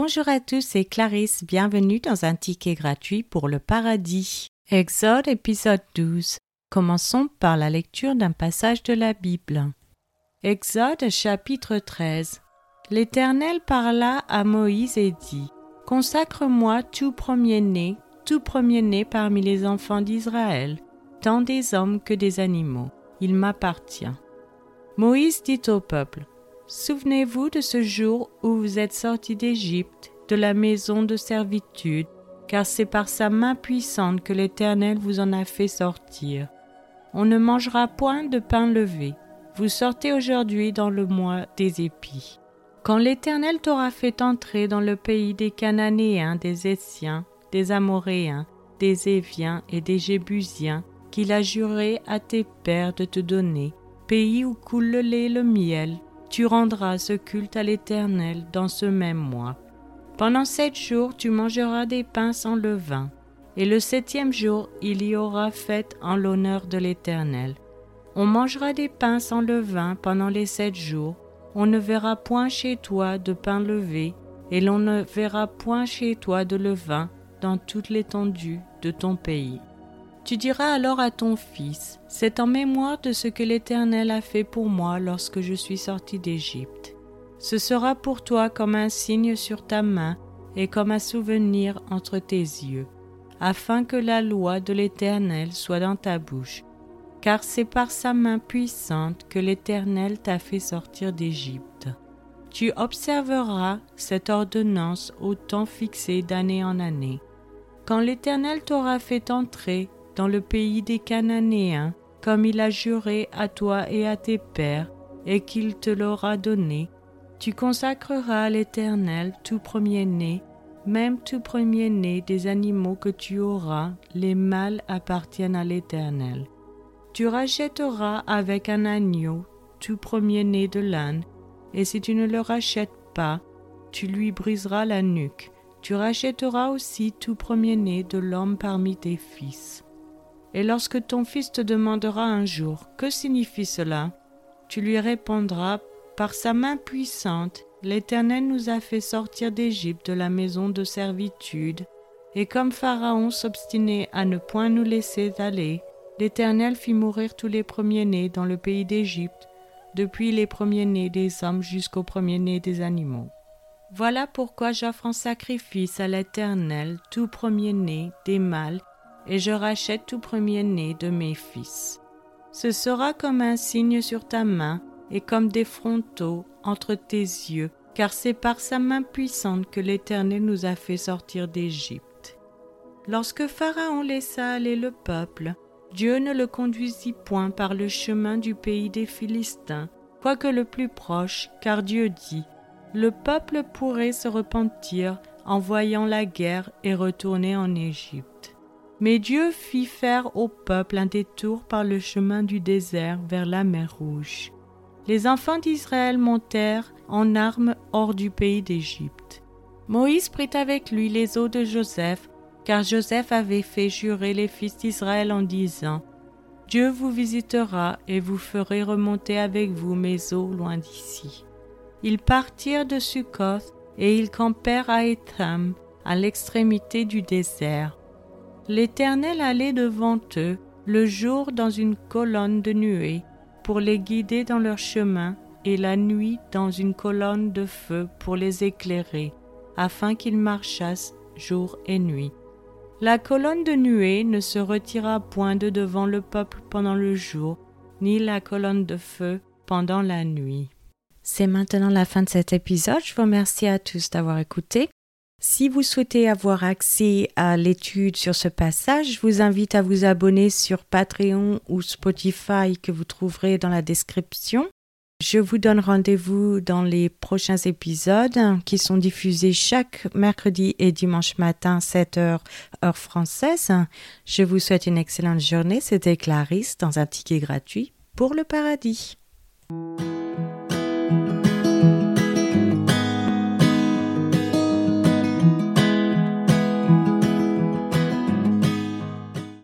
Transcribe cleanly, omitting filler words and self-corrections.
Bonjour à tous, c'est Clarisse, bienvenue dans un ticket gratuit pour le paradis. Exode épisode 12. Commençons par la lecture d'un passage de la Bible. Exode chapitre 13. L'Éternel parla à Moïse et dit : Consacre-moi tout premier-né parmi les enfants d'Israël, tant des hommes que des animaux. Il m'appartient. Moïse dit au peuple : Souvenez-vous de ce jour où vous êtes sortis d'Égypte, de la maison de servitude, car c'est par sa main puissante que l'Éternel vous en a fait sortir. On ne mangera point de pain levé. Vous sortez aujourd'hui dans le mois des épis. Quand l'Éternel t'aura fait entrer dans le pays des Cananéens, des Héthiens, des Amoréens, des Éviens et des Jébusiens, qu'il a juré à tes pères de te donner, pays où coule le lait et le miel, tu rendras ce culte à l'Éternel dans ce même mois. Pendant 7 jours, tu mangeras des pains sans levain, et le 7e jour, il y aura fête en l'honneur de l'Éternel. On mangera des pains sans levain pendant les 7 jours. On ne verra point chez toi de pain levé, et l'on ne verra point chez toi de levain dans toute l'étendue de ton pays. Tu diras alors à ton fils : C'est en mémoire de ce que l'Éternel a fait pour moi lorsque je suis sorti d'Égypte. Ce sera pour toi comme un signe sur ta main et comme un souvenir entre tes yeux, afin que la loi de l'Éternel soit dans ta bouche. Car c'est par sa main puissante que l'Éternel t'a fait sortir d'Égypte. Tu observeras cette ordonnance au temps fixé d'année en année. Quand l'Éternel t'aura fait entrer dans le pays des Cananéens, comme il a juré à toi et à tes pères, et qu'il te l'aura donné, tu consacreras à l'Éternel tout premier-né, même tout premier-né des animaux que tu auras, les mâles appartiennent à l'Éternel. Tu rachèteras avec un agneau tout premier-né de l'âne, et si tu ne le rachètes pas, tu lui briseras la nuque. Tu rachèteras aussi tout premier-né de l'homme parmi tes fils. Et lorsque ton fils te demandera un jour : Que signifie cela ? Tu lui répondras : Par sa main puissante, l'Éternel nous a fait sortir d'Égypte de la maison de servitude, et comme Pharaon s'obstinait à ne point nous laisser aller, l'Éternel fit mourir tous les premiers-nés dans le pays d'Égypte, depuis les premiers-nés des hommes jusqu'aux premiers-nés des animaux. Voilà pourquoi j'offre en sacrifice à l'Éternel tout premier-né des mâles, et je rachète tout premier-né de mes fils. Ce sera comme un signe sur ta main et comme des frontaux entre tes yeux, car c'est par sa main puissante que l'Éternel nous a fait sortir d'Égypte. Lorsque Pharaon laissa aller le peuple, Dieu ne le conduisit point par le chemin du pays des Philistins, quoique le plus proche, car Dieu dit : Le peuple pourrait se repentir en voyant la guerre et retourner en Égypte. Mais Dieu fit faire au peuple un détour par le chemin du désert vers la mer Rouge. Les enfants d'Israël montèrent en armes hors du pays d'Égypte. Moïse prit avec lui les os de Joseph, car Joseph avait fait jurer les fils d'Israël en disant : Dieu vous visitera et vous ferez remonter avec vous mes os loin d'ici. Ils partirent de Succoth et ils campèrent à Étham, à l'extrémité du désert. L'Éternel allait devant eux le jour dans une colonne de nuée pour les guider dans leur chemin, et la nuit dans une colonne de feu pour les éclairer, afin qu'ils marchassent jour et nuit. La colonne de nuée ne se retira point de devant le peuple pendant le jour, ni la colonne de feu pendant la nuit. C'est maintenant la fin de cet épisode. Je vous remercie à tous d'avoir écouté. Si vous souhaitez avoir accès à l'étude sur ce passage, je vous invite à vous abonner sur Patreon ou Spotify que vous trouverez dans la description. Je vous donne rendez-vous dans les prochains épisodes qui sont diffusés chaque mercredi et dimanche matin, 7h, heure française. Je vous souhaite une excellente journée. C'était Clarisse dans un ticket gratuit pour le paradis.